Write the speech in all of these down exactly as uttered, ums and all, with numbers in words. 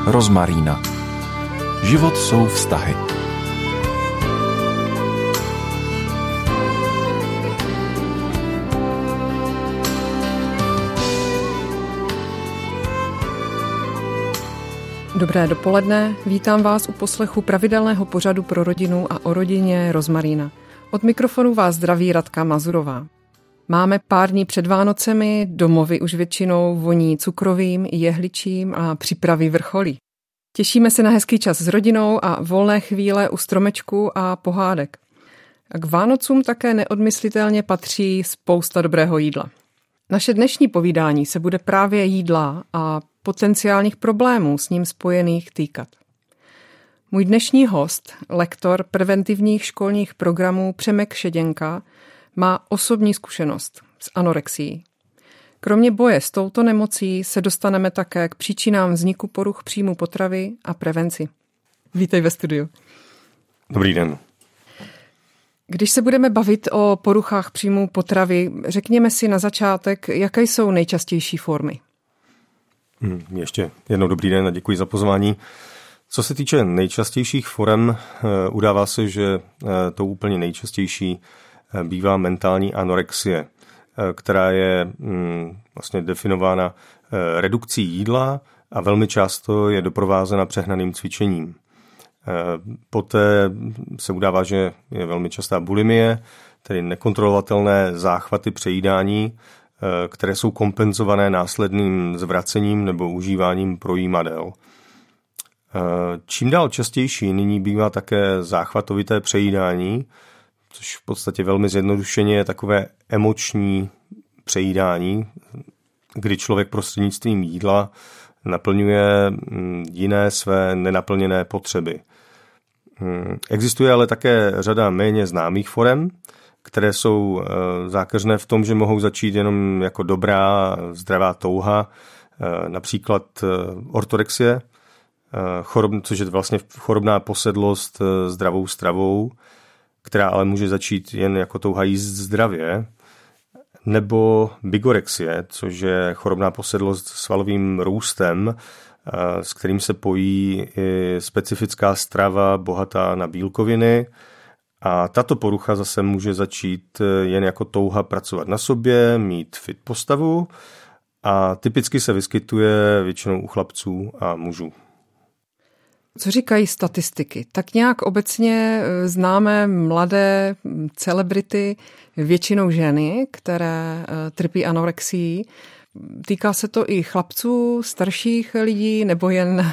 rozmarína. Život jsou vztahy. Dobré dopoledne, vítám vás u poslechu pravidelného pořadu pro rodinu a o rodině Rozmarína. Od mikrofonu vás zdraví Radka Mazurová. Máme pár dní před Vánocemi, domovy už většinou voní cukrovým, jehličím a přípravy vrcholí. Těšíme se na hezký čas s rodinou a volné chvíle u stromečku a pohádek. A k Vánocům také neodmyslitelně patří spousta dobrého jídla. Naše dnešní povídání se bude právě jídla a potenciálních problémů s ním spojených týkat. Můj dnešní host, lektor preventivních školních programů Přemek Šeděnka, má osobní zkušenost s anorexií. Kromě boje s touto nemocí se dostaneme také k příčinám vzniku poruch příjmu potravy a prevenci. Vítej ve studiu. Dobrý den. Když se budeme bavit o poruchách příjmu potravy, řekněme si na začátek, jaké jsou nejčastější formy. Hmm, ještě jednou dobrý den a děkuji za pozvání. Co se týče nejčastějších forem, udává se, že to úplně nejčastější bývá mentální anorexie, která je vlastně definována redukcí jídla a velmi často je doprovázena přehnaným cvičením. Poté se udává, že je velmi častá bulimie, tedy nekontrolovatelné záchvaty přejídání, které jsou kompenzované následným zvracením nebo užíváním projímadel. Čím dál častější nyní bývá také záchvatovité přejídání, což v podstatě velmi zjednodušeně je takové emoční přejídání, kdy člověk prostřednictvím jídla naplňuje jiné své nenaplněné potřeby. Existuje ale také řada méně známých forem, které jsou zákeřné v tom, že mohou začít jenom jako dobrá, zdravá touha, například ortorexie, chorob, což je vlastně chorobná posedlost zdravou stravou, která ale může začít jen jako touha jíst zdravě, nebo bigorexie, což je chorobná posedlost svalovým růstem, s kterým se pojí i specifická strava bohatá na bílkoviny. A tato porucha zase může začít jen jako touha pracovat na sobě, mít fit postavu a typicky se vyskytuje většinou u chlapců a mužů. Co říkají statistiky? Tak nějak obecně známe mladé celebrity, většinou ženy, které trpí anorexií. Týká se to i chlapců, starších lidí nebo jen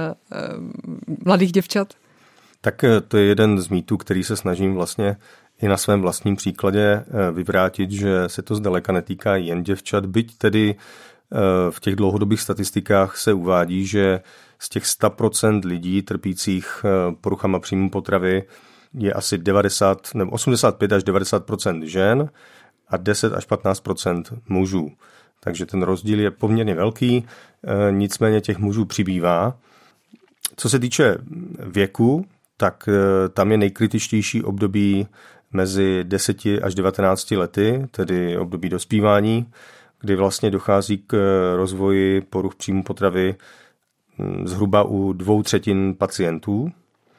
mladých děvčat? Tak to je jeden z mýtů, který se snažím vlastně i na svém vlastním příkladě vyvrátit, že se to zdaleka netýká jen děvčat, byť tedy v těch dlouhodobých statistikách se uvádí, že z těch sto procent lidí trpících poruchama příjmu potravy je asi devadesát nebo osmdesát pět až devadesát procent žen a deset až patnáct procent mužů. Takže ten rozdíl je poměrně velký, nicméně těch mužů přibývá. Co se týče věku, tak tam je nejkritičtější období mezi deseti až devatenácti lety, tedy období dospívání, kdy vlastně dochází k rozvoji poruch příjmu potravy zhruba u dvou třetin pacientů.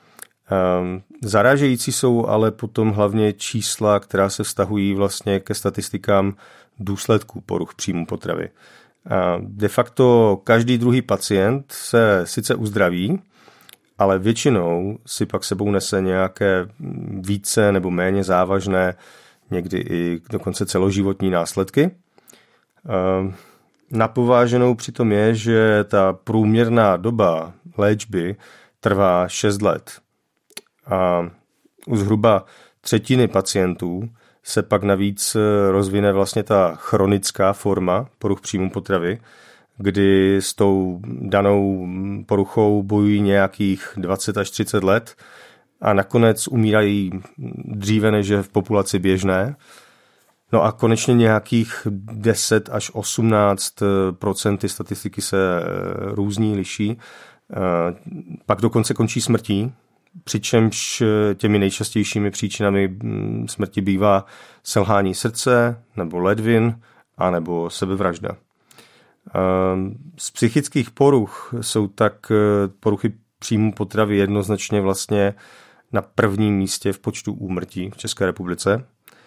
Zarážející jsou ale potom hlavně čísla, která se vztahují vlastně ke statistikám důsledků poruch příjmu potravy. De facto každý druhý pacient se sice uzdraví, ale většinou si pak sebou nese nějaké více nebo méně závažné, někdy i dokonce celoživotní následky. Napováženou přitom je, že ta průměrná doba léčby trvá šest let. A u zhruba třetiny pacientů se pak navíc rozvine vlastně ta chronická forma poruch příjmu potravy, kdy s tou danou poruchou bojují nějakých dvacet až třicet let a nakonec umírají dříve, než je v populaci běžné. No a konečně nějakých deset až osmnáct procent, ty statistiky se různí, liší, pak dokonce končí smrtí, přičemž těmi nejčastějšími příčinami smrti bývá selhání srdce nebo ledvin a nebo sebevražda. Z psychických poruch jsou tak poruchy příjmu potravy jednoznačně vlastně na prvním místě v počtu úmrtí v České republice.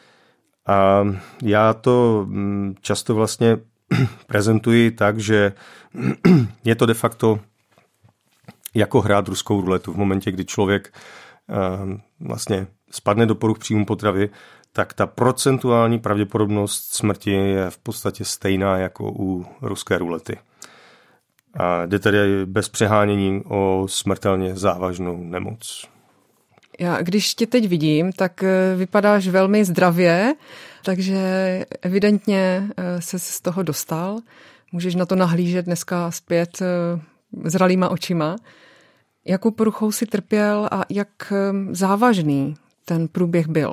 A já to často vlastně prezentuji tak, že je to de facto jako hrát ruskou ruletu. V momentě, kdy člověk vlastně spadne do poruch příjmu potravy, tak ta procentuální pravděpodobnost smrti je v podstatě stejná jako u ruské rulety. A jde tedy bez přehánění o smrtelně závažnou nemoc. Já, když tě teď vidím, tak vypadáš velmi zdravě, takže evidentně se z toho dostal. Můžeš na to nahlížet dneska zpět zralýma očima. Jakou poruchou jsi trpěl a jak závažný ten průběh byl?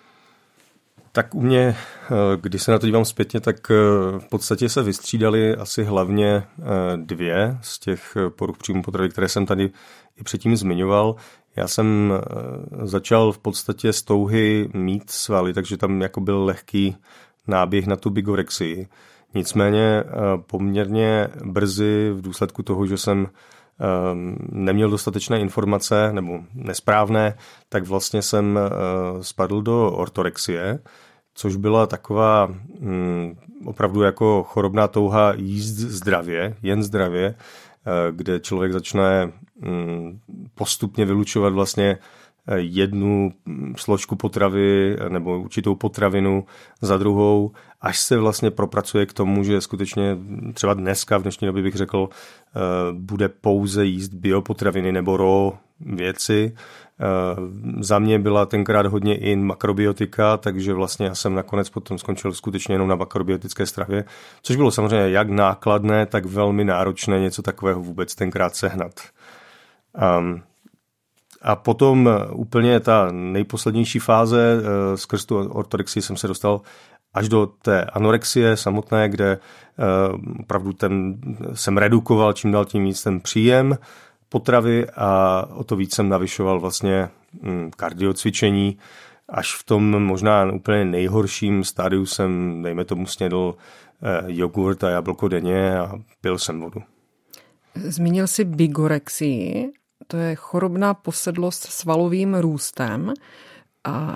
Tak u mě, když se na to dívám zpětně, tak v podstatě se vystřídaly asi hlavně dvě z těch poruch příjmu potravy, které jsem tady i předtím zmiňoval. Já jsem začal v podstatě z touhy mít svaly, takže tam jako byl lehký náběh na tu bigorexii. Nicméně poměrně brzy v důsledku toho, že jsem neměl dostatečné informace nebo nesprávné, tak vlastně jsem spadl do ortorexie, což byla taková hm, opravdu jako chorobná touha jíst zdravě, jen zdravě, kde člověk začne hm, postupně vylučovat vlastně jednu složku potravy nebo určitou potravinu za druhou, až se vlastně propracuje k tomu, že skutečně třeba dneska, v dnešní době bych řekl, bude pouze jíst biopotraviny nebo raw věci. Za mě byla tenkrát hodně i makrobiotika, takže vlastně já jsem nakonec potom skončil skutečně jenom na makrobiotické stravě, což bylo samozřejmě jak nákladné, tak velmi náročné něco takového vůbec tenkrát sehnat. Um, A potom úplně ta nejposlednější fáze, skrz tu ortorexii jsem se dostal až do té anorexie samotné, kde opravdu ten, jsem redukoval čím dál tím víc ten příjem potravy a o to víc jsem navyšoval vlastně kardiocvičení. Až v tom možná úplně nejhorším stádiu jsem, dejme tomu, snědl jogurt a jablko denně a pil jsem vodu. Zmínil jsi bigorexii. To je chorobná posedlost svalovým růstem. A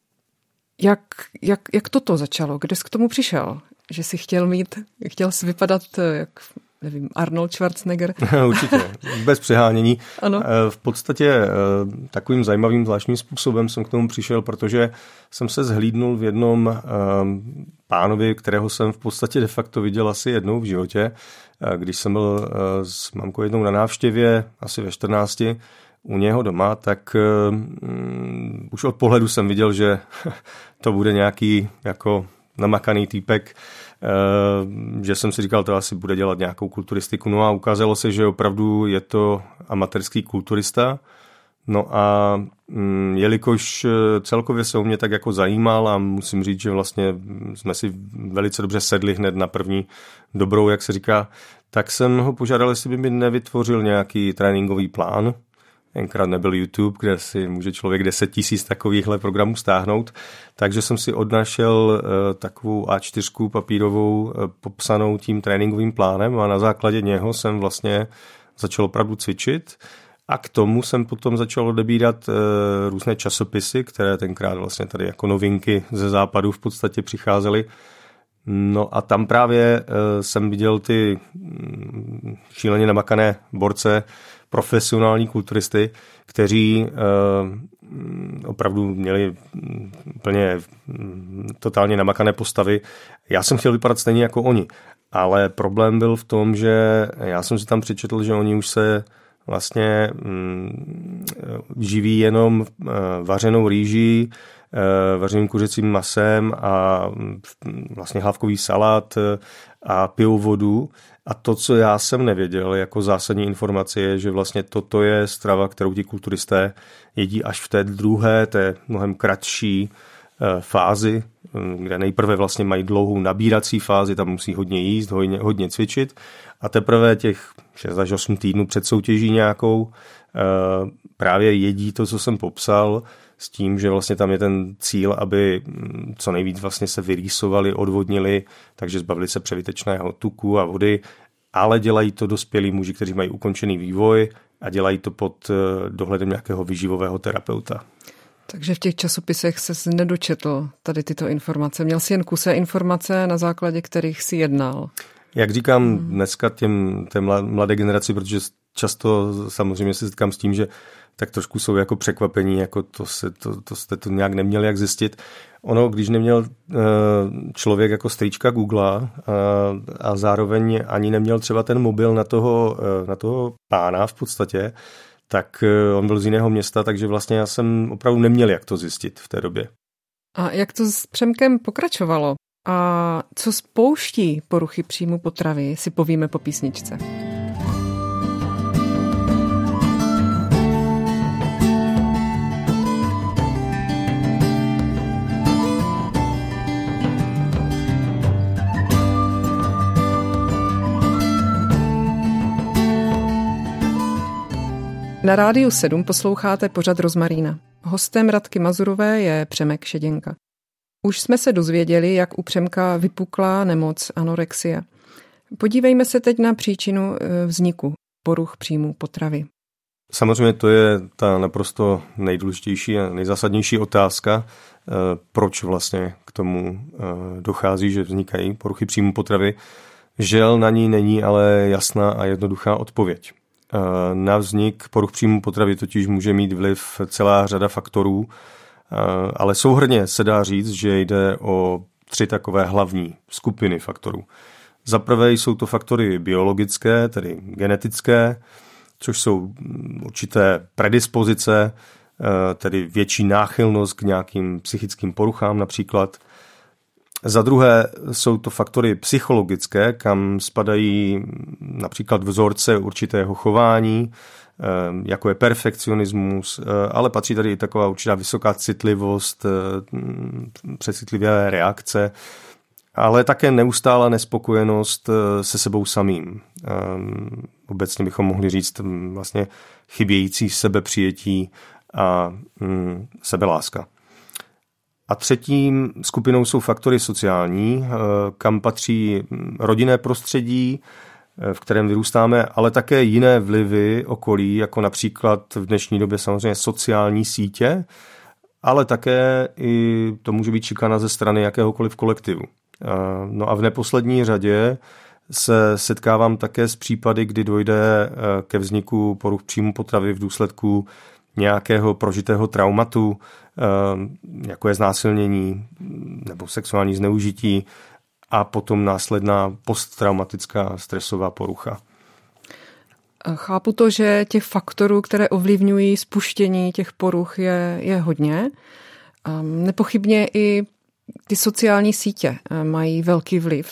jak, jak, jak toto začalo? Kde jsi k tomu přišel? Že jsi chtěl mít, chtěl jsi vypadat jak, nevím, Arnold Schwarzenegger? Určitě, bez přehánění. Ano. V podstatě takovým zajímavým zvláštním způsobem jsem k tomu přišel, protože jsem se zhlídnul v jednom pánovi, kterého jsem v podstatě de facto viděl asi jednou v životě, když jsem byl s mamkou jednou na návštěvě, asi ve čtrnácti, u něho doma, tak um, už od pohledu jsem viděl, že to bude nějaký jako namakaný týpek, uh, že jsem si říkal, to asi bude dělat nějakou kulturistiku. No a ukázalo se, že opravdu je to amatérský kulturista. No a um, jelikož celkově se o mě tak jako zajímal a musím říct, že vlastně jsme si velice dobře sedli hned na první dobrou, jak se říká, tak jsem ho požádal, jestli by mi nevytvořil nějaký tréninkový plán. Tenkrát nebyl YouTube, kde si může člověk deset tisíc takovýchhle programů stáhnout, takže jsem si odnašel takovou á čtyři papírovou popsanou tím tréninkovým plánem a na základě něho jsem vlastně začal opravdu cvičit a k tomu jsem potom začal odebírat různé časopisy, které tenkrát vlastně tady jako novinky ze západu v podstatě přicházely. No a tam právě jsem viděl ty šíleně namakané borce, profesionální kulturisty, kteří uh, opravdu měli úplně totálně namakané postavy. Já jsem chtěl vypadat stejně jako oni, ale problém byl v tom, že já jsem si tam přečetl, že oni už se vlastně um, živí jenom uh, vařenou rýží, uh, vařeným kuřecím masem a vlastně hlávkový salát uh, a pijou vodu. A to, co já jsem nevěděl jako zásadní informace, je, že vlastně toto je strava, kterou ti kulturisté jedí až v té druhé, té mnohem kratší fázi, kde nejprve vlastně mají dlouhou nabírací fázi, tam musí hodně jíst, hodně, hodně cvičit a teprve těch šest až osm týdnů před soutěží nějakou právě jedí to, co jsem popsal, s tím, že vlastně tam je ten cíl, aby co nejvíc vlastně se vyrýsovali, odvodnili, takže zbavili se přebytečného tuku a vody, ale dělají to dospělí muži, kteří mají ukončený vývoj a dělají to pod dohledem nějakého výživového terapeuta. Takže v těch časopisech se nedočetl tady tyto informace. Měl jsi jen kuse informace, na základě kterých si jednal. Jak říkám dneska těm, té mladé generaci, protože často samozřejmě se setkám s tím, že tak trošku jsou jako překvapení, jako to, se, to, to jste to nějak neměli jak zjistit. Ono, když neměl člověk jako strýčka Google a, a zároveň ani neměl třeba ten mobil na toho, na toho pána v podstatě, tak on byl z jiného města, takže vlastně já jsem opravdu neměl jak to zjistit v té době. A jak to s Přemkem pokračovalo? A co spouští poruchy příjmu potravy, si povíme po písničce. Na Rádiu sedm posloucháte pořad Rozmarína. Hostem Radky Mazurové je Přemek Šeděnka. Už jsme se dozvěděli, jak u Přemka vypukla nemoc anorexie. Podívejme se teď na příčinu vzniku poruch příjmu potravy. Samozřejmě to je ta naprosto nejdůležitější a nejzásadnější otázka, proč vlastně k tomu dochází, že vznikají poruchy příjmu potravy. Žel na ní není ale jasná a jednoduchá odpověď. Na vznik poruch příjmu potravy totiž může mít vliv celá řada faktorů, ale souhrnně se dá říct, že jde o tři takové hlavní skupiny faktorů. Za prvé jsou to faktory biologické, tedy genetické, což jsou určité predispozice, tedy větší náchylnost k nějakým psychickým poruchám například. Za druhé jsou to faktory psychologické, kam spadají například vzorce určitého chování, jako je perfekcionismus, ale patří tady i taková určitá vysoká citlivost, přecitlivé reakce, ale také neustálá nespokojenost se sebou samým. Obecně bychom mohli říct vlastně chybějící sebepřijetí a sebeláska. A třetím skupinou jsou faktory sociální, kam patří rodinné prostředí, v kterém vyrůstáme, ale také jiné vlivy okolí, jako například v dnešní době samozřejmě sociální sítě, ale také i to může být šikana ze strany jakéhokoliv kolektivu. No a v neposlední řadě se setkávám také s případy, kdy dojde ke vzniku poruch příjmu potravy v důsledku nějakého prožitého traumatu, jako je znásilnění nebo sexuální zneužití a potom následná posttraumatická stresová porucha. Chápu to, že těch faktorů, které ovlivňují spuštění těch poruch, je, je hodně. Nepochybně i ty sociální sítě mají velký vliv.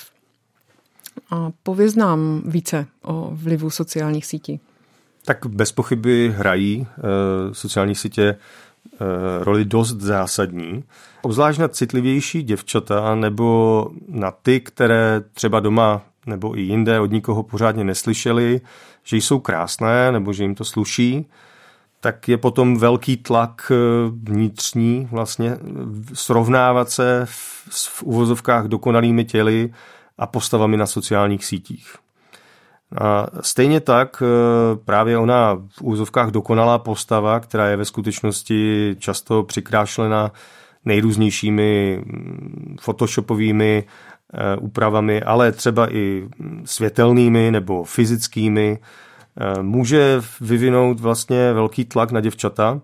A pověz nám více o vlivu sociálních sítí. Tak bez pochyby hrají e, sociální sítě e, roli dost zásadní. Obzvlášť na citlivější děvčata nebo na ty, které třeba doma nebo i jinde od nikoho pořádně neslyšeli, že jsou krásné nebo že jim to sluší, tak je potom velký tlak vnitřní vlastně srovnávat se v, v uvozovkách dokonalými těly a postavami na sociálních sítích. A stejně tak právě ona v úzovkách dokonalá postava, která je ve skutečnosti často přikrášlena nejrůznějšími photoshopovými úpravami, ale třeba i světelnými nebo fyzickými, může vyvinout vlastně velký tlak na děvčata,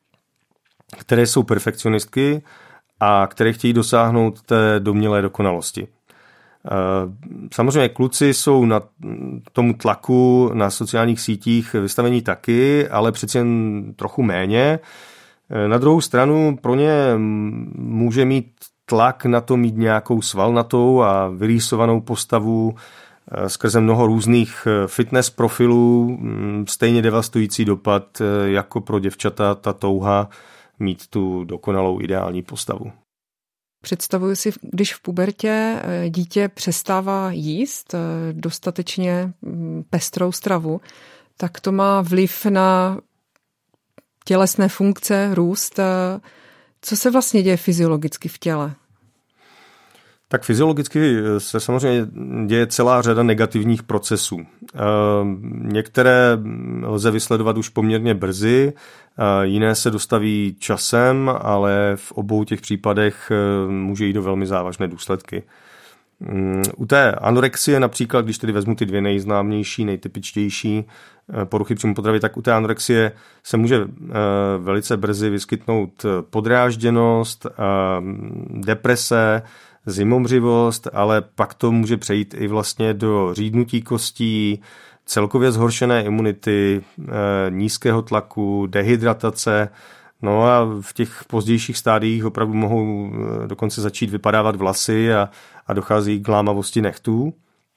které jsou perfekcionistky a které chtějí dosáhnout té domnělé dokonalosti. Samozřejmě kluci jsou na tomu tlaku na sociálních sítích vystavení taky, ale přeci jen trochu méně. Na druhou stranu pro ně může mít tlak na to mít nějakou svalnatou a vyrýsovanou postavu skrze mnoho různých fitness profilů, stejně devastující dopad jako pro děvčata ta touha mít tu dokonalou ideální postavu. Představuji si, když v pubertě dítě přestává jíst dostatečně pestrou stravu, tak to má vliv na tělesné funkce, růst. Co se vlastně děje fyziologicky v těle? Tak fyziologicky se samozřejmě děje celá řada negativních procesů. Některé lze vysledovat už poměrně brzy, jiné se dostaví časem, ale v obou těch případech může jít do velmi závažné důsledky. U té anorexie například, když tedy vezmu ty dvě nejznámější, nejtypičtější poruchy příjmu potravy, tak u té anorexie se může velice brzy vyskytnout podrážděnost, deprese, zimomřivost, ale pak to může přejít i vlastně do řídnutí kostí, celkově zhoršené imunity, nízkého tlaku, dehydratace. No a v těch pozdějších stádiích opravdu mohou dokonce začít vypadávat vlasy a, a dochází k lámavosti nechtů.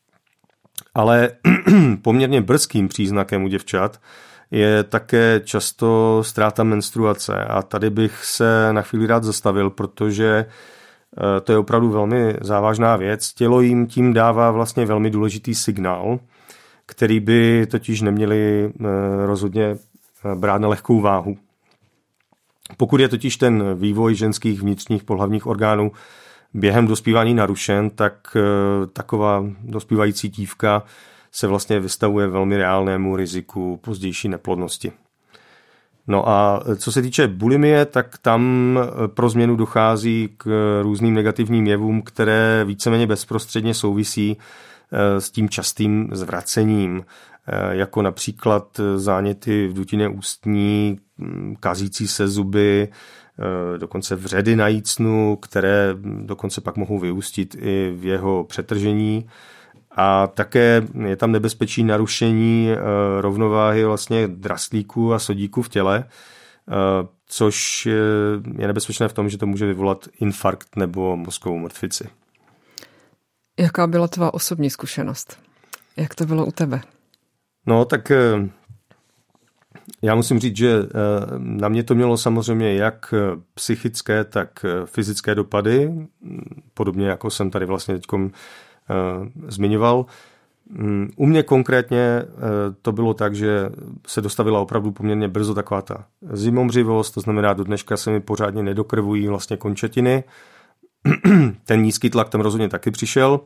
Ale poměrně brzkým příznakem u děvčat je také často ztráta menstruace. A tady bych se na chvíli rád zastavil, protože to je opravdu velmi závažná věc. Tělo jim tím dává vlastně velmi důležitý signál, který by totiž neměli rozhodně brát na lehkou váhu. Pokud je totiž ten vývoj ženských vnitřních pohlavních orgánů během dospívání narušen, tak taková dospívající dívka se vlastně vystavuje velmi reálnému riziku pozdější neplodnosti. No a co se týče bulimie, tak tam pro změnu dochází k různým negativním jevům, které víceméně bezprostředně souvisí s tím častým zvracením, jako například záněty v dutině ústní, kazící se zuby, dokonce vředy na jícnu, které dokonce pak mohou vyústit i v jeho přetržení. A také je tam nebezpečí narušení rovnováhy vlastně draslíků a sodíků v těle, což je nebezpečné v tom, že to může vyvolat infarkt nebo mozkovou mrtvici. Jaká byla tvá osobní zkušenost? Jak to bylo u tebe? No tak já musím říct, že na mě to mělo samozřejmě jak psychické, tak fyzické dopady, podobně jako jsem tady vlastně teďkom zmiňoval. U mě konkrétně to bylo tak, že se dostavila opravdu poměrně brzo taková ta zimomřivost, to znamená, do dneška se mi pořádně nedokrvují vlastně končetiny. Ten nízký tlak tam rozhodně taky přišel.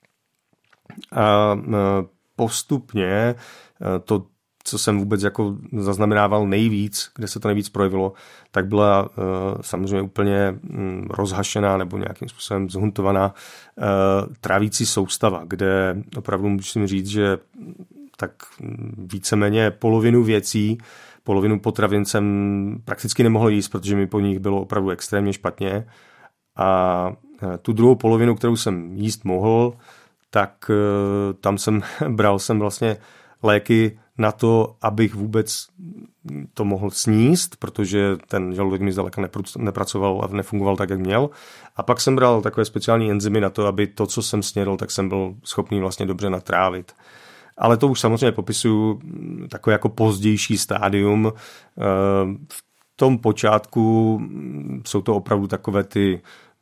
A postupně to, co jsem vůbec jako zaznamenával nejvíc, kde se to nejvíc projevilo, tak byla samozřejmě úplně rozhašená nebo nějakým způsobem zhuntovaná trávící soustava, kde opravdu musím říct, že tak víceméně polovinu věcí, polovinu potravin jsem prakticky nemohl jíst, protože mi po nich bylo opravdu extrémně špatně. A tu druhou polovinu, kterou jsem jíst mohl, tak tam jsem bral jsem vlastně léky na to, abych vůbec to mohl sníst, protože ten žaludek mi zdaleka nepracoval a nefungoval tak, jak měl. A pak jsem bral takové speciální enzymy na to, aby to, co jsem snědl, tak jsem byl schopný vlastně dobře natrávit. Ale to už samozřejmě popisuju takové jako pozdější stádium. V tom počátku jsou to opravdu takové ty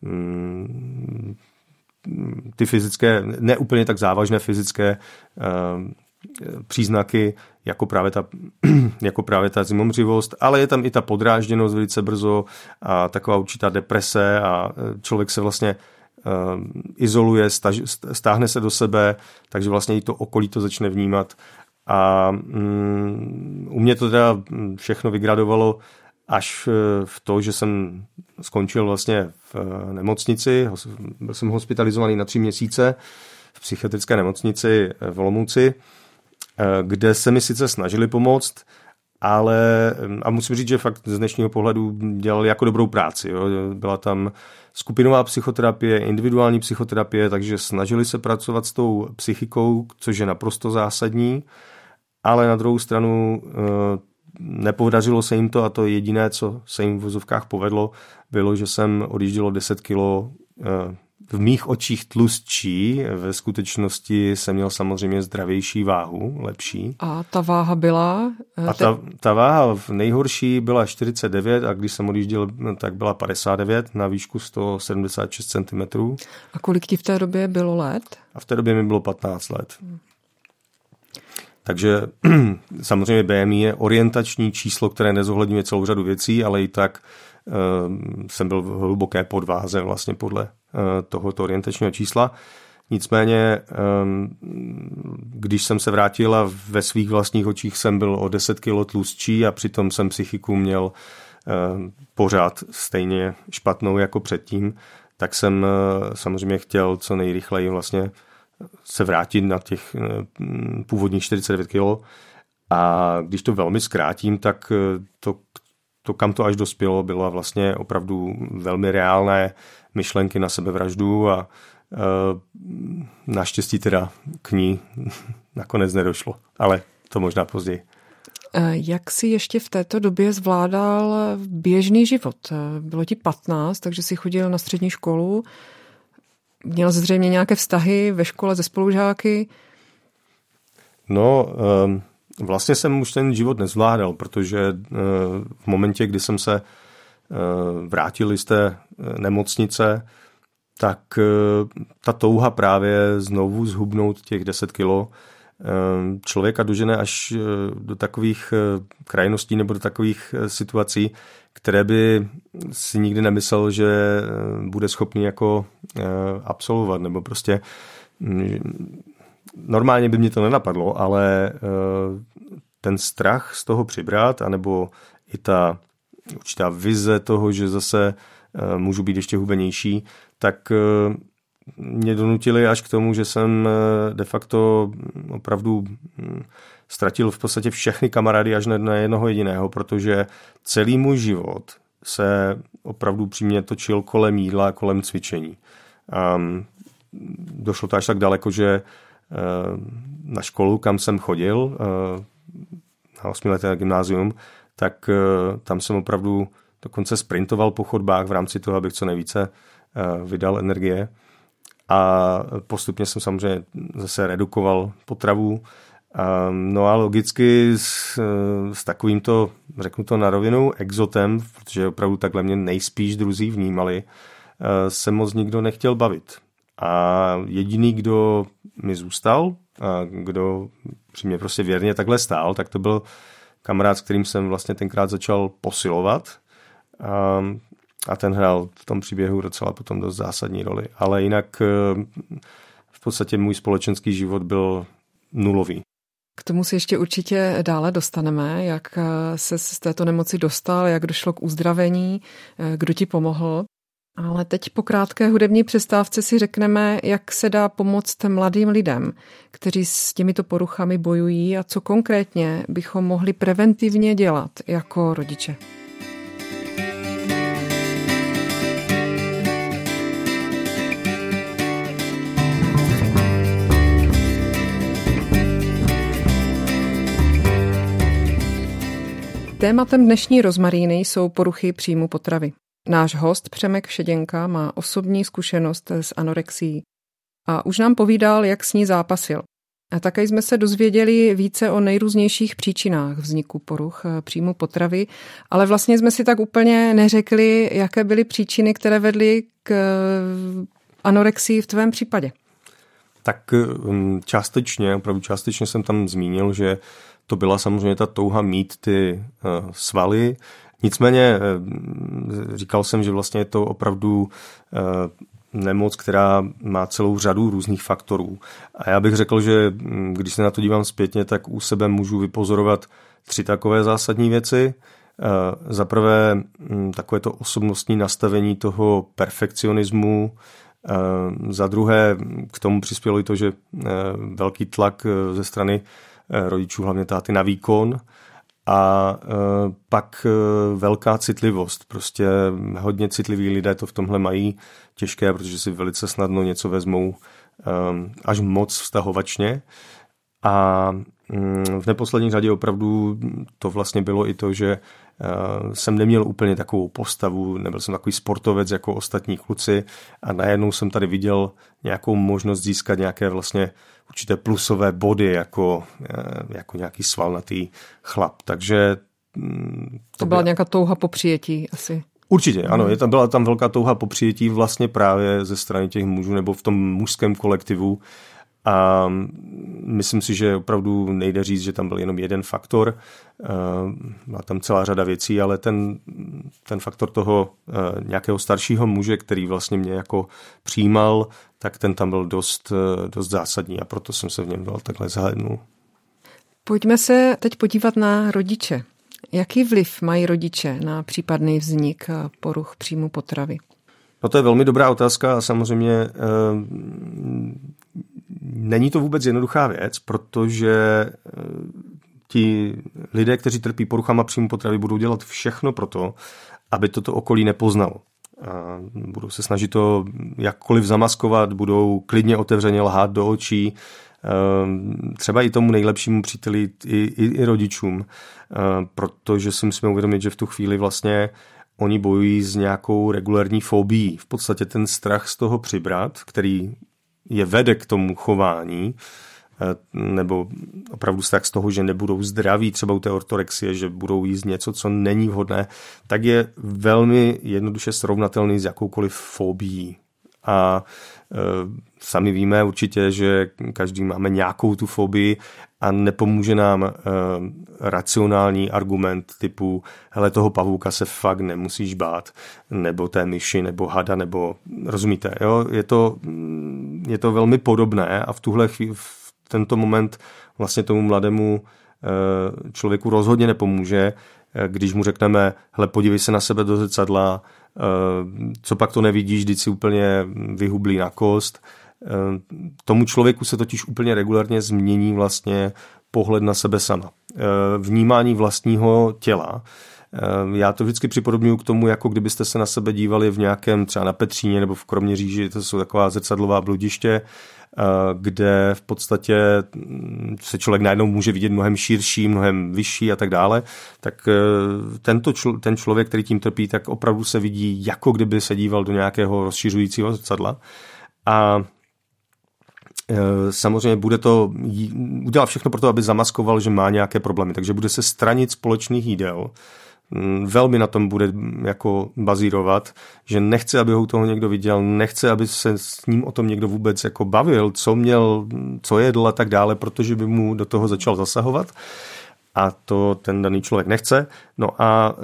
ty fyzické, ne úplně tak závažné fyzické příznaky, jako právě ta, jako právě ta zimomřivost, ale je tam i ta podrážděnost velice brzo a taková určitá deprese a člověk se vlastně uh, izoluje, staž, stáhne se do sebe, takže vlastně i to okolí to začne vnímat. A um, u mě to teda všechno vygradovalo až v to, že jsem skončil vlastně v nemocnici, byl jsem hospitalizovaný na tři měsíce v psychiatrické nemocnici v Olomouci, kde se mi sice snažili pomoct, ale a musím říct, že fakt z dnešního pohledu dělali jako dobrou práci. Jo. Byla tam skupinová psychoterapie, individuální psychoterapie, takže snažili se pracovat s tou psychikou, což je naprosto zásadní, ale na druhou stranu nepodařilo se jim to a to jediné, co se jim v vozovkách povedlo, bylo, že jsem odjížděl deset kilo v mých očích tlustší, ve skutečnosti jsem měl samozřejmě zdravější váhu, lepší. A ta váha byla? A ta, ta váha v nejhorší byla čtyřicet devět a když jsem odjížděl, tak byla padesát devět na výšku sto sedmdesát šest centimetrů. A kolik ti v té době bylo let? A v té době mi bylo patnáct let. Takže samozřejmě B M I je orientační číslo, které nezohledňuje celou řadu věcí, ale i tak jsem byl v hluboké podváze vlastně podle tohoto orientačního čísla. Nicméně, když jsem se vrátil a ve svých vlastních očích jsem byl o deset kilo tlustší a přitom jsem psychiku měl pořád stejně špatnou jako předtím, tak jsem samozřejmě chtěl co nejrychleji vlastně se vrátit na těch původních čtyřicet devět kilo. A když to velmi zkrátím, tak to, to kam to až dospělo, bylo vlastně opravdu velmi reálné myšlenky na sebevraždu a naštěstí teda k ní nakonec nedošlo, ale to možná později. Jak jsi ještě v této době zvládal běžný život? Bylo ti patnáct, takže jsi chodil na střední školu, měl jsi zřejmě nějaké vztahy ve škole se spolužáky? No, vlastně jsem už ten život nezvládal, protože v momentě, kdy jsem se vrátil z té nemocnice, tak ta touha právě znovu zhubnout těch deset kilo člověka dožene až do takových krajností nebo do takových situací, které by si nikdy nemyslel, že bude schopný jako absolvovat, nebo prostě normálně by mě to nenapadlo, ale ten strach z toho přibrat, anebo i ta určitá vize toho, že zase můžu být ještě hubenější, tak mě donutili až k tomu, že jsem de facto opravdu ztratil v podstatě všechny kamarády až na jednoho jediného, protože celý můj život se opravdu přímě točil kolem jídla, kolem cvičení. A došlo to až tak daleko, že na školu, kam jsem chodil, na osmileté gymnázium, tak tam jsem opravdu dokonce sprintoval po chodbách v rámci toho, abych co nejvíce vydal energie. A postupně jsem samozřejmě zase redukoval potravu. No a logicky s, s takovýmto, řeknu to na rovinu, exotem, protože opravdu takhle mě nejspíš druzí vnímali, se moc nikdo nechtěl bavit. A jediný, kdo mi zůstal, a kdo při mě prostě věrně takhle stál, tak to byl kamarád, s kterým jsem vlastně tenkrát začal posilovat. A, a ten hrál v tom příběhu docela potom dost zásadní roli. Ale jinak v podstatě můj společenský život byl nulový. K tomu si ještě určitě dále dostaneme, jak se z této nemoci dostal, jak došlo k uzdravení, kdo ti pomohl. Ale teď po krátké hudební přestávce si řekneme, jak se dá pomoct mladým lidem, kteří s těmito poruchami bojují a co konkrétně bychom mohli preventivně dělat jako rodiče. Tématem dnešní rozmaríny jsou poruchy příjmu potravy. Náš host Přemek Šeděnka má osobní zkušenost s anorexií a už nám povídal, jak s ní zápasil. A také jsme se dozvěděli více o nejrůznějších příčinách vzniku poruch příjmu potravy, ale vlastně jsme si tak úplně neřekli, jaké byly příčiny, které vedly k anorexii v tvém případě. Tak částečně, opravdu částečně jsem tam zmínil, že to byla samozřejmě ta touha mít ty uh, svaly. Nicméně uh, říkal jsem, že vlastně je to opravdu uh, nemoc, která má celou řadu různých faktorů. A já bych řekl, že když se na to dívám zpětně, tak u sebe můžu vypozorovat tři takové zásadní věci. Uh, za prvé um, takové to osobnostní nastavení toho perfekcionismu. Uh, za druhé k tomu přispělo i to, že uh, velký tlak uh, ze strany rodičů, hlavně táty, na výkon a e, pak e, velká citlivost. Prostě hodně citliví lidé to v tomhle mají těžké, protože si velice snadno něco vezmou e, až moc vztahovačně. A mm, v neposlední řadě opravdu to vlastně bylo i to, že e, jsem neměl úplně takovou postavu, nebyl jsem takový sportovec jako ostatní kluci a najednou jsem tady viděl nějakou možnost získat nějaké vlastně určité plusové body jako, jako nějaký svalnatý chlap. Takže to, to byla by... nějaká touha po přijetí asi. Určitě, ano. Je tam, byla tam velká touha po přijetí vlastně právě ze strany těch mužů nebo v tom mužském kolektivu. A myslím si, že opravdu nejde říct, že tam byl jenom jeden faktor. Byla tam celá řada věcí, ale ten, ten faktor toho nějakého staršího muže, který vlastně mě jako přijímal, tak ten tam byl dost, dost zásadní a proto jsem se v něm dal takhle zhlédnul. Pojďme se teď podívat na rodiče. Jaký vliv mají rodiče na případný vznik poruch příjmu potravy? No to je velmi dobrá otázka a samozřejmě e, není to vůbec jednoduchá věc, protože e, ti lidé, kteří trpí poruchama příjmu potravy, budou dělat všechno pro to, aby toto okolí nepoznalo. A budou se snažit to jakkoliv zamaskovat, budou klidně otevřeně lhát do očí, e, třeba i tomu nejlepšímu příteli, i, i, i rodičům, e, protože si musíme uvědomit, že v tu chvíli vlastně oni bojují s nějakou regulární fobií. V podstatě ten strach z toho přibrat, který je vede k tomu chování, nebo opravdu strach z toho, že nebudou zdraví, třeba u té ortorexie, že budou jíst něco, co není vhodné, tak je velmi jednoduše srovnatelný s jakoukoliv fobií. A e, sami víme určitě, že každý máme nějakou tu fobii a nepomůže nám e, racionální argument typu hele, toho pavouka se fakt nemusíš bát, nebo té myši, nebo hada, nebo rozumíte, jo? Je to, je to velmi podobné a v tuhle chvíli, v tento moment vlastně tomu mladému e, člověku rozhodně nepomůže, když mu řekneme, hele, podívej se na sebe do zrcadla, co pak to nevidíš, když si úplně vyhublí na kost. Tomu člověku se totiž úplně regulárně změní vlastně pohled na sebe sama. Vnímání vlastního těla. Já to vždycky připodobňuji k tomu, jako kdybyste se na sebe dívali v nějakém třeba na Petříně nebo v Kroměříži, to jsou taková zrcadlová bludiště, kde v podstatě se člověk najednou může vidět mnohem širší, mnohem vyšší a tak dále, tak tento čl- ten člověk, který tím trpí, tak opravdu se vidí, jako kdyby se díval do nějakého rozšiřujícího zrcadla. A samozřejmě bude to udělat všechno pro to, aby zamaskoval, že má nějaké problémy, takže bude se stranit společných jídel. Velmi na tom bude jako bazírovat, že nechce, aby ho toho někdo viděl, nechce, aby se s ním o tom někdo vůbec jako bavil, co měl, co jedl a tak dále, protože by mu do toho začal zasahovat. A to ten daný člověk nechce. No a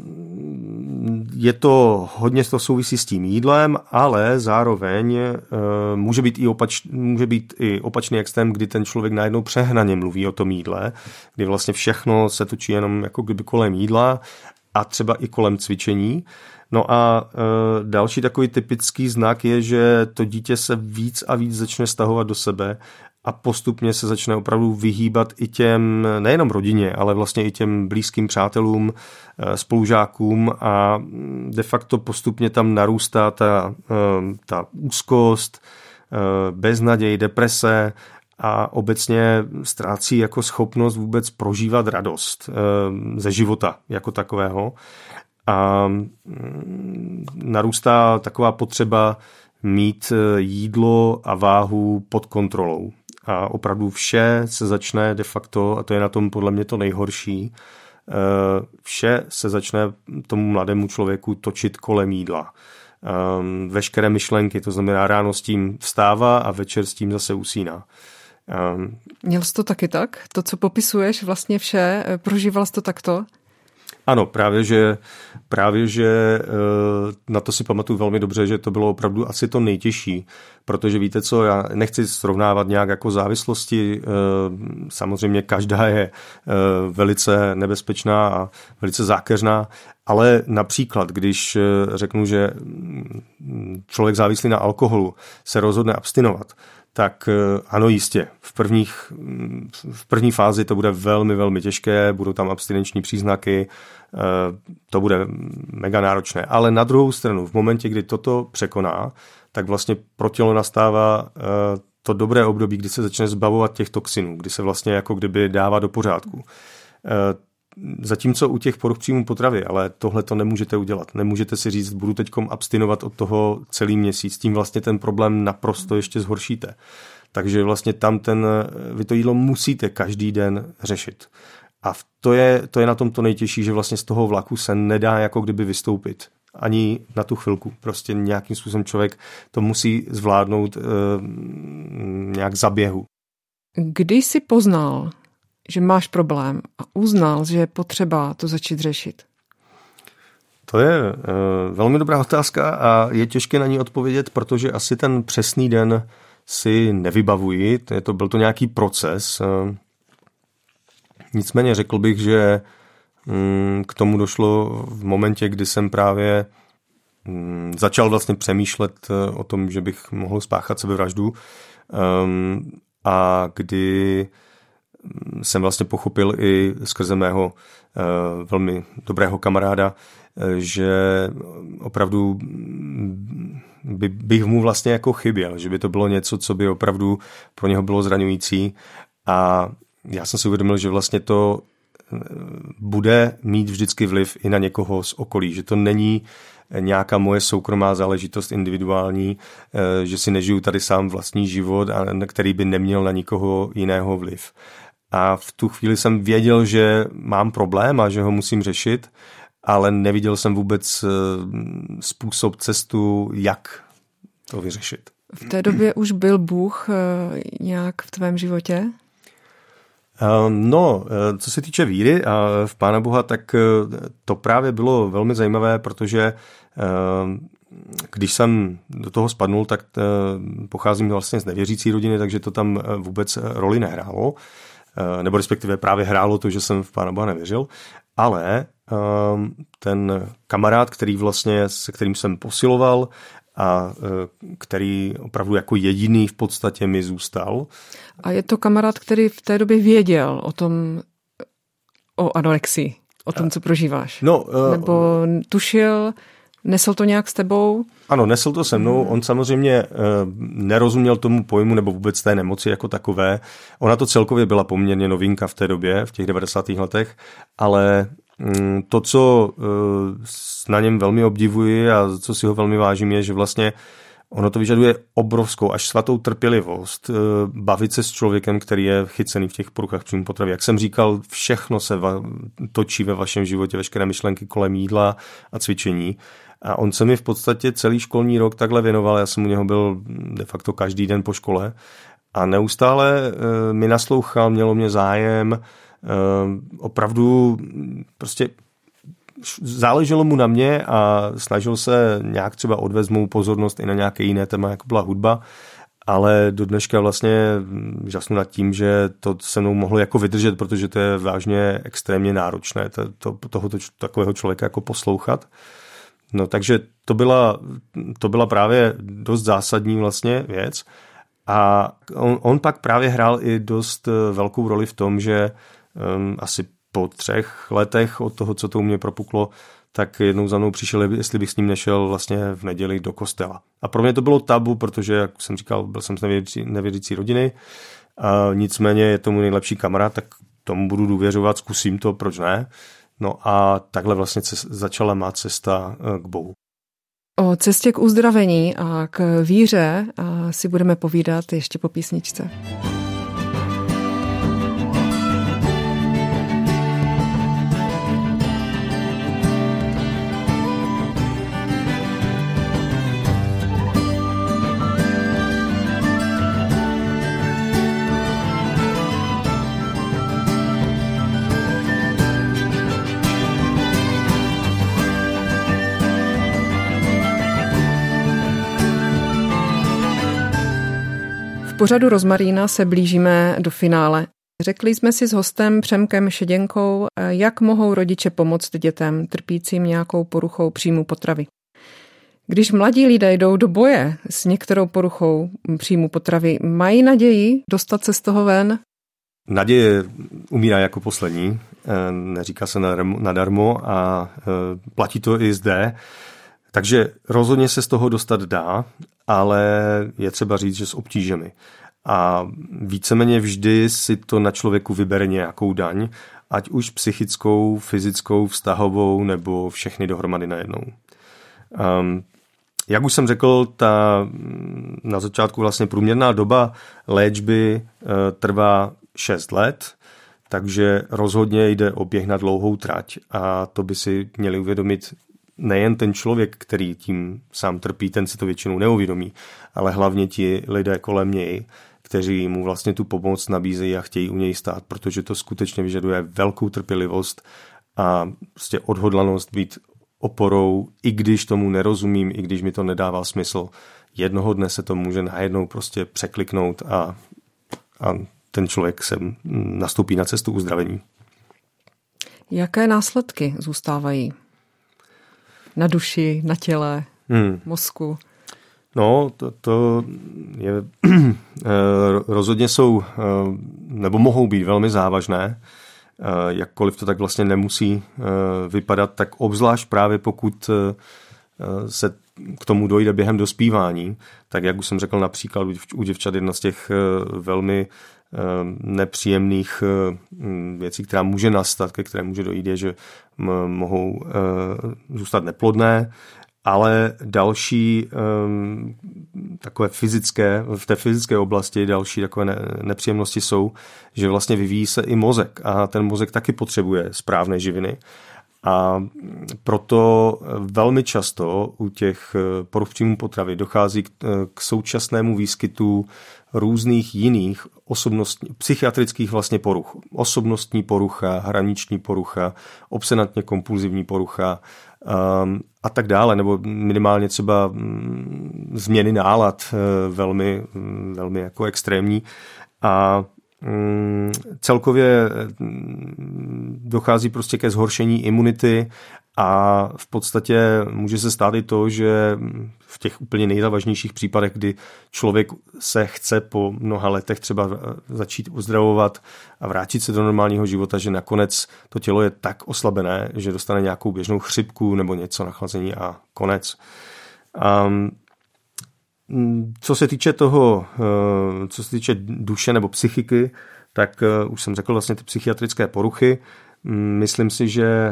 je to, hodně to souvisí s tím jídlem, ale zároveň může být i, opač, může být i opačný extrém, kdy ten člověk najednou přehnaně mluví o tom jídle, kdy vlastně všechno se točí jenom jako kdyby kolem jídla a třeba i kolem cvičení. No a další takový typický znak je, že to dítě se víc a víc začne stahovat do sebe a postupně se začne opravdu vyhýbat i těm, nejenom rodině, ale vlastně i těm blízkým přátelům, spolužákům a de facto postupně tam narůstá ta, ta úzkost, beznaděj, deprese a obecně ztrácí jako schopnost vůbec prožívat radost ze života jako takového. A narůstá taková potřeba mít jídlo a váhu pod kontrolou. A opravdu vše se začne de facto, a to je na tom podle mě to nejhorší, vše se začne tomu mladému člověku točit kolem jídla. Veškeré myšlenky, to znamená ráno s tím vstává a večer s tím zase usíná. Měl jsi to taky tak? To, co popisuješ, vlastně vše, prožíval jsi to takto? Ano, právě že, právě, že na to si pamatuju velmi dobře, že to bylo opravdu asi to nejtěžší, protože víte co, já nechci srovnávat nějak jako závislosti, samozřejmě každá je velice nebezpečná a velice zákeřná, ale například, když řeknu, že člověk závislý na alkoholu se rozhodne abstinovat, tak ano, jistě. V, prvních, v první fázi to bude velmi, velmi těžké, budou tam abstinenční příznaky, to bude mega náročné. Ale na druhou stranu, v momentě, kdy toto překoná, tak vlastně pro tělo nastává to dobré období, kdy se začne zbavovat těch toxinů, kdy se vlastně jako kdyby dává do pořádku. Zatímco u těch poruch příjmu potravy, ale tohle to nemůžete udělat. Nemůžete si říct, budu teďkom abstinovat od toho celý měsíc, tím vlastně ten problém naprosto ještě zhoršíte. Takže vlastně tam ten, vy to jídlo musíte každý den řešit. A to je, to je na tom to nejtěžší, že vlastně z toho vlaku se nedá jako kdyby vystoupit. ani na tu chvilku. Prostě nějakým způsobem člověk to musí zvládnout e, nějak za běhu. Když jsi poznal, že máš problém a uznal, že je potřeba to začít řešit? To je e, velmi dobrá otázka a je těžké na ní odpovědět, protože asi ten přesný den si nevybavuji. To, je to byl to nějaký proces. E, nicméně řekl bych, že mm, k tomu došlo v momentě, kdy jsem právě mm, začal vlastně přemýšlet o tom, že bych mohl spáchat sebevraždu. Um, a kdy jsem vlastně pochopil i skrze mého uh, velmi dobrého kamaráda, že opravdu by, bych mu vlastně jako chyběl, že by to bylo něco, co by opravdu pro něho bylo zraňující. A já jsem si uvědomil, že vlastně to bude mít vždycky vliv i na někoho z okolí, že to není nějaká moje soukromá záležitost individuální, že si nežiju tady sám vlastní život, který by neměl na nikoho jiného vliv. A v tu chvíli jsem věděl, že mám problém a že ho musím řešit, ale neviděl jsem vůbec způsob, cestu, jak to vyřešit. V té době už byl Bůh nějak v tvém životě? No, co se týče víry a v Pána Boha, tak to právě bylo velmi zajímavé, protože když jsem do toho spadnul, tak pocházím vlastně z nevěřící rodiny, takže to tam vůbec roli nehrálo, nebo respektive právě hrálo to, že jsem v Pána Boha nevěřil, ale ten kamarád, který vlastně, se kterým jsem posiloval a který opravdu jako jediný v podstatě mi zůstal. A je to kamarád, který v té době věděl o tom, o anorexii, o tom, co prožíváš? No, Nebo tušil, nesl to nějak s tebou? Ano, nesl to se mnou. On samozřejmě nerozuměl tomu pojmu nebo vůbec té nemoci jako takové. Ona to celkově byla poměrně novinka v té době, v těch devadesátých letech, ale to, co na něm velmi obdivuji a co si ho velmi vážím, je, že vlastně ono to vyžaduje obrovskou až svatou trpělivost bavit se s člověkem, který je chycený v těch poruchách příjmu potravy. Jak jsem říkal, všechno se va- točí ve vašem životě, veškeré myšlenky kolem jídla a cvičení. A on se mi v podstatě celý školní rok takhle věnoval. Já jsem u něho byl de facto každý den po škole a neustále mi naslouchal, mělo mě zájem. Opravdu prostě záleželo mu na mě a snažil se nějak třeba odvést mou pozornost i na nějaké jiné téma, jako byla hudba, ale do dneška vlastně žasnu nad tím, že to se mnou mohlo jako vydržet, protože to je vážně extrémně náročné to, to, tohoto takového člověka jako poslouchat. No takže to byla, to byla právě dost zásadní vlastně věc a on, on pak právě hrál i dost velkou roli v tom, že um, asi po třech letech od toho, co to u mě propuklo, tak jednou za mnou přišel, jestli bych s ním nešel vlastně v neděli do kostela. A pro mě to bylo tabu, protože, jak jsem říkal, byl jsem z nevěřící, nevěřící rodiny, a nicméně je to můj nejlepší kamarád, tak tomu budu důvěřovat, zkusím to, proč ne. No a takhle vlastně začala má cesta k Bohu. O cestě k uzdravení a k víře si budeme povídat ještě po písničce. V pořadu Rozmarína se blížíme do finále. Řekli jsme si s hostem Přemkem Šeděnkou, jak mohou rodiče pomoct dětem trpícím nějakou poruchou příjmu potravy. Když mladí lidé jdou do boje s některou poruchou příjmu potravy, mají naději dostat se z toho ven? Naděje umírá jako poslední, neříká se nadarmo a platí to i zde. Takže rozhodně se z toho dostat dá, ale je třeba říct, že s obtížemi. A víceméně vždy si to na člověku vybere nějakou daň, ať už psychickou, fyzickou, vztahovou nebo všechny dohromady najednou. Um, jak už jsem řekl, ta na začátku vlastně průměrná doba léčby uh, trvá šest let, takže rozhodně jde o běh na dlouhou trať a to by si měli uvědomit nejen ten člověk, který tím sám trpí, ten si to většinou neuvědomí, ale hlavně ti lidé kolem něj, kteří mu vlastně tu pomoc nabízejí a chtějí u něj stát, protože to skutečně vyžaduje velkou trpělivost a prostě odhodlanost být oporou, i když tomu nerozumím, i když mi to nedává smysl. Jednoho dne se to může najednou prostě překliknout a, a ten člověk se nastoupí na cestu uzdravení. Jaké následky zůstávají na duši, na těle, hmm. mozku? No, to, to je, rozhodně jsou, nebo mohou být velmi závažné, jakkoliv to tak vlastně nemusí vypadat, tak obzvlášť právě pokud se k tomu dojde během dospívání, tak jak už jsem řekl například u děvčat, jedna z těch velmi nepříjemných věcí, která může nastat, ke které může dojít, je, že mohou zůstat neplodné, ale další takové fyzické, v té fyzické oblasti další takové nepříjemnosti jsou, že vlastně vyvíjí se i mozek a ten mozek taky potřebuje správné živiny. A proto velmi často u těch poruch příjmu potravy dochází k, k současnému výskytu různých jiných osobnostní, psychiatrických vlastně poruch. Osobnostní porucha, hraniční porucha, obsedantně kompulzivní porucha um, a tak dále, nebo minimálně třeba um, změny nálad uh, velmi, um, velmi jako extrémní. A celkově dochází prostě ke zhoršení imunity a v podstatě může se stát i to, že v těch úplně nejzávažnějších případech, kdy člověk se chce po mnoha letech třeba začít uzdravovat a vrátit se do normálního života, že nakonec to tělo je tak oslabené, že dostane nějakou běžnou chřipku nebo něco, nachlazení a konec. Um, Co se týče toho, co se týče duše nebo psychiky, tak už jsem řekl vlastně ty psychiatrické poruchy. Myslím si, že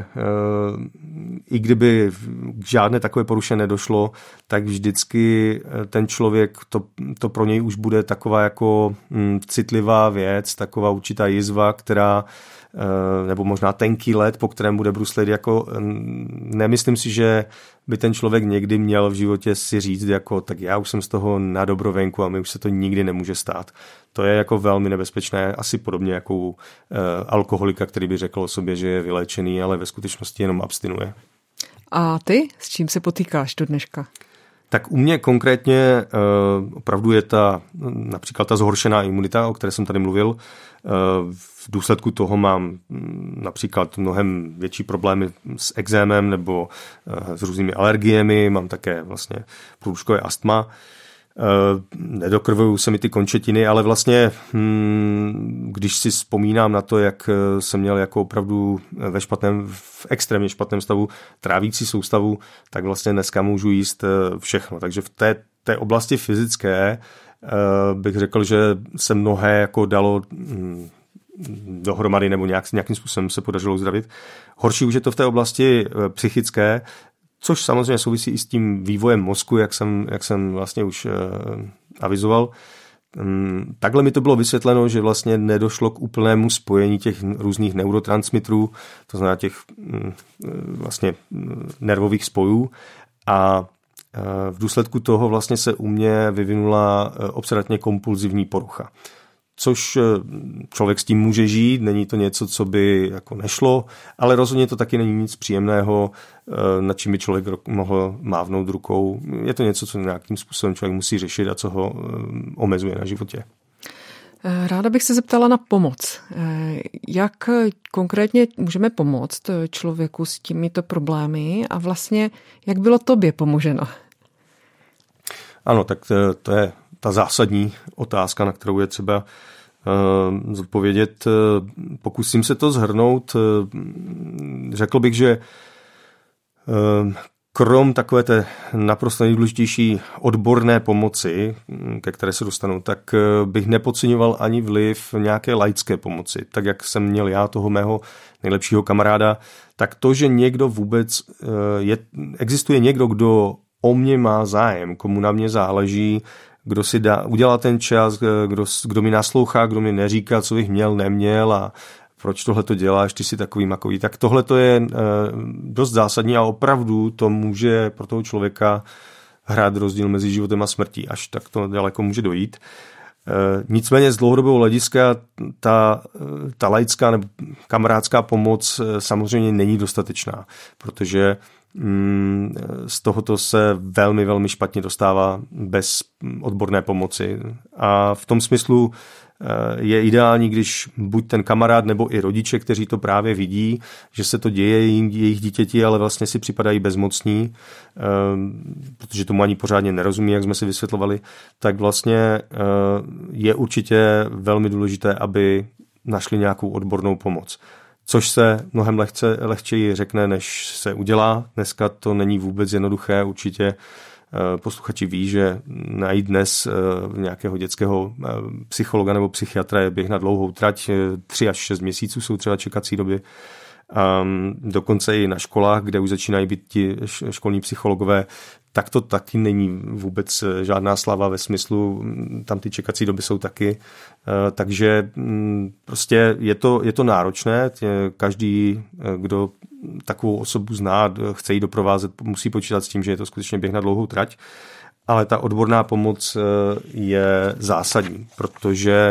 i kdyby k žádné takové poruše nedošlo, tak vždycky ten člověk, to, to pro něj už bude taková jako citlivá věc, taková určitá jizva, která nebo možná tenký led, po kterém bude bruslit, jako nemyslím si, že by ten člověk někdy měl v životě si říct, jako tak já už jsem z toho na dobrovenku a mi už se to nikdy nemůže stát. To je jako velmi nebezpečné, asi podobně jako u e, alkoholika, který by řekl o sobě, že je vyléčený, ale ve skutečnosti jenom abstinuje. A ty s čím se potýkáš do dneška? Tak u mě konkrétně uh, opravdu je ta například ta zhoršená imunita, o které jsem tady mluvil. Uh, v důsledku toho mám například mnohem větší problémy s ekzémem nebo uh, s různými alergiemi, mám také vlastně průduškové astma. Uh, nedokrvují se mi ty končetiny, ale vlastně hm, když si vzpomínám na to, jak jsem měl jako opravdu ve špatném, v extrémně špatném stavu trávící soustavu, tak vlastně dneska můžu jíst všechno. Takže v té, té oblasti fyzické uh, bych řekl, že se mnohé jako dalo hm, dohromady nebo nějak, nějakým způsobem se podařilo uzdravit. Horší už je to v té oblasti psychické, což samozřejmě souvisí i s tím vývojem mozku, jak jsem, jak jsem vlastně už uh, avizoval. Um, takhle mi to bylo vysvětleno, že vlastně nedošlo k úplnému spojení těch různých neurotransmitrů, to znamená těch um, vlastně nervových spojů a uh, v důsledku toho vlastně se u mě vyvinula uh, obsedantně kompulzivní porucha. Což člověk s tím může žít, není to něco, co by jako nešlo, ale rozhodně to taky není nic příjemného, nad čím by člověk mohl mávnout rukou. Je to něco, co nějakým způsobem člověk musí řešit a co ho omezuje na životě. Ráda bych se zeptala na pomoc. Jak konkrétně můžeme pomoct člověku s těmito problémy a vlastně jak bylo tobě pomoženo? Ano, tak to, to je ta zásadní otázka, na kterou je třeba uh, zodpovědět. Pokusím se to shrnout. Uh, řekl bych, že uh, krom takové té naprosto nejdůležitější odborné pomoci, ke které se dostanu, tak uh, bych nepodceňoval ani vliv nějaké laické pomoci. Tak jak jsem měl já toho mého nejlepšího kamaráda, tak to, že někdo vůbec uh, je, existuje někdo, kdo o mě má zájem, komu na mě záleží, kdo si dá, udělá ten čas, kdo, kdo mi naslouchá, kdo mi neříká, co bych měl, neměl a proč tohle to děláš, ty jsi takový makový. Tak tohle to je dost zásadní a opravdu to může pro toho člověka hrát rozdíl mezi životem a smrtí, až tak to daleko může dojít. Nicméně z dlouhodobého hlediska ta, ta laická nebo kamarádská pomoc samozřejmě není dostatečná, protože z tohoto se velmi, velmi špatně dostává bez odborné pomoci. A v tom smyslu je ideální, když buď ten kamarád nebo i rodiče, kteří to právě vidí, že se to děje jejich dítěti, ale vlastně si připadají bezmocní, protože tomu ani pořádně nerozumí, jak jsme si vysvětlovali, tak vlastně je určitě velmi důležité, aby našli nějakou odbornou pomoc. Což se mnohem lehce, lehčeji řekne, než se udělá. Dneska to není vůbec jednoduché, určitě posluchači ví, že najít dnes nějakého dětského psychologa nebo psychiatra je běh na dlouhou trať, tři až šest měsíců jsou třeba čekací doby. Um, dokonce i na školách, kde už začínají být ti školní psychologové, tak to taky není vůbec žádná slava ve smyslu, tam ty čekací doby jsou taky. Uh, takže um, prostě je to, je to náročné. Každý, kdo takovou osobu zná, chce ji doprovázet, musí počítat s tím, že je to skutečně běh na dlouhou trať. Ale ta odborná pomoc je zásadní, protože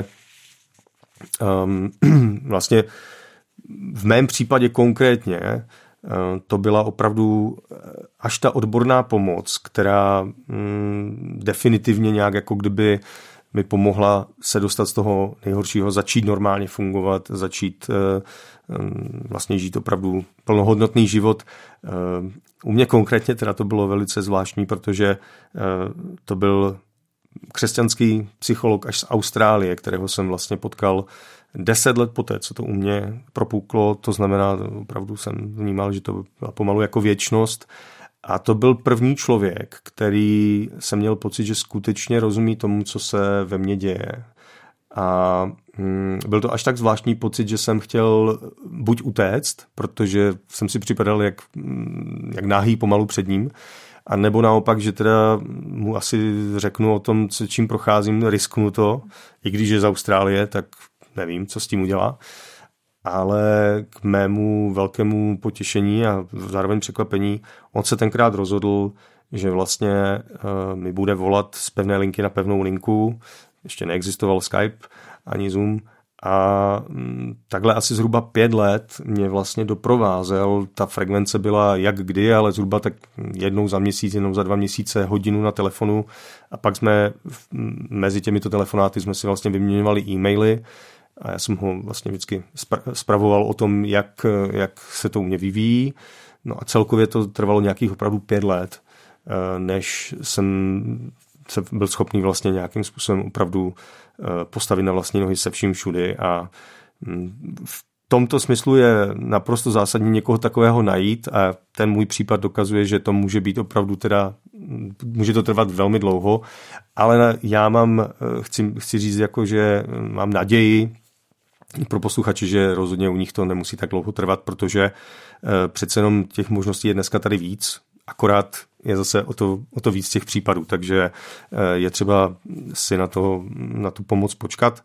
um, vlastně v mém případě konkrétně to byla opravdu až ta odborná pomoc, která mm, definitivně nějak jako kdyby mi pomohla se dostat z toho nejhoršího, začít normálně fungovat, začít vlastně žít opravdu plnohodnotný život. U mě konkrétně teda to bylo velice zvláštní, protože to byl křesťanský psycholog až z Austrálie, kterého jsem vlastně potkal deset let poté, co to u mě propuklo, to znamená, opravdu jsem vnímal, že to byla pomalu jako věčnost. A to byl první člověk, který jsem měl pocit, že skutečně rozumí tomu, co se ve mně děje. A byl to až tak zvláštní pocit, že jsem chtěl buď utéct, protože jsem si připadal jak, jak náhý pomalu před ním, a nebo naopak, že teda mu asi řeknu o tom, co, čím procházím, risknu to, i když je z Austrálie, tak nevím, co s tím udělá. Ale k mému velkému potěšení a zároveň překvapení, on se tenkrát rozhodl, že vlastně uh, mi bude volat z pevné linky na pevnou linku. Ještě neexistoval Skype ani Zoom. A um, takhle asi zhruba pět let mě vlastně doprovázel. Ta frekvence byla jak kdy, ale zhruba tak jednou za měsíc, jednou za dva měsíce hodinu na telefonu. A pak jsme mezi těmito telefonáty jsme si vlastně vyměňovali e-maily. A já jsem ho vlastně vždycky spravoval o tom, jak, jak se to u mě vyvíjí. No a celkově to trvalo nějakých opravdu pět let, než jsem se byl schopný vlastně nějakým způsobem opravdu postavit na vlastní nohy se vším všudy. A v tomto smyslu je naprosto zásadní někoho takového najít a ten můj případ dokazuje, že to může být opravdu teda, může to trvat velmi dlouho, ale já mám, chci, chci říct, jako, že mám naději pro posluchače, že rozhodně u nich to nemusí tak dlouho trvat, protože přece jenom těch možností je dneska tady víc, akorát je zase o to, o to víc těch případů, takže je třeba si na, to, na tu pomoc počkat.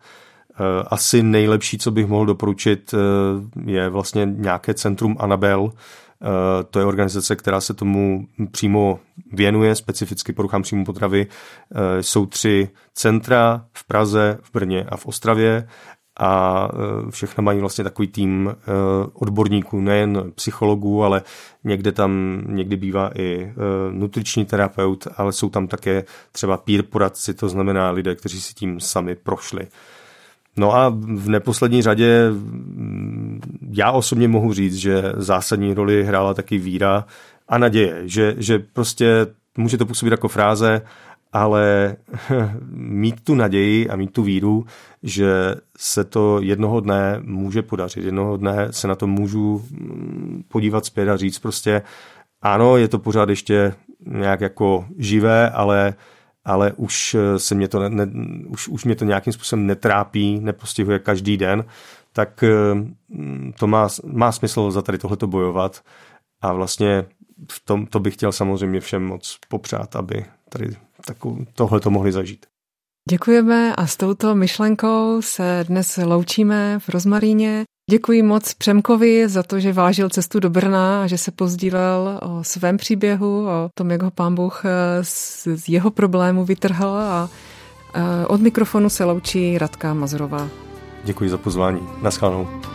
Asi nejlepší, co bych mohl doporučit, je vlastně nějaké centrum Anabel. To je organizace, která se tomu přímo věnuje, specificky poruchám příjmu potravy. Jsou tři centra v Praze, v Brně a v Ostravě a všechno mají vlastně takový tým odborníků, nejen psychologů, ale někde tam někdy bývá i nutriční terapeut, ale jsou tam také třeba peer poradci, to znamená lidé, kteří si tím sami prošli. No a v neposlední řadě já osobně mohu říct, že zásadní roli hrála taky víra a naděje, že, že prostě může to působit jako fráze, ale mít tu naději a mít tu víru, že se to jednoho dne může podařit, jednoho dne se na to můžu podívat zpět a říct prostě ano, je to pořád ještě nějak jako živé, ale ale už se mě to, ne, už, už mě to nějakým způsobem netrápí, nepostihuje každý den, tak to má, má smysl za tady tohleto bojovat a vlastně v tom to bych chtěl samozřejmě všem moc popřát, aby tady tohleto mohli zažít. Děkujeme a s touto myšlenkou se dnes loučíme v Rozmaríně. Děkuji moc Přemkovi za to, že vážil cestu do Brna a že se pozdílel o svém příběhu, o tom, jak ho Pán Bůh z jeho problému vytrhl, a od mikrofonu se loučí Radka Mazurová. Děkuji za pozvání. Naschledanou.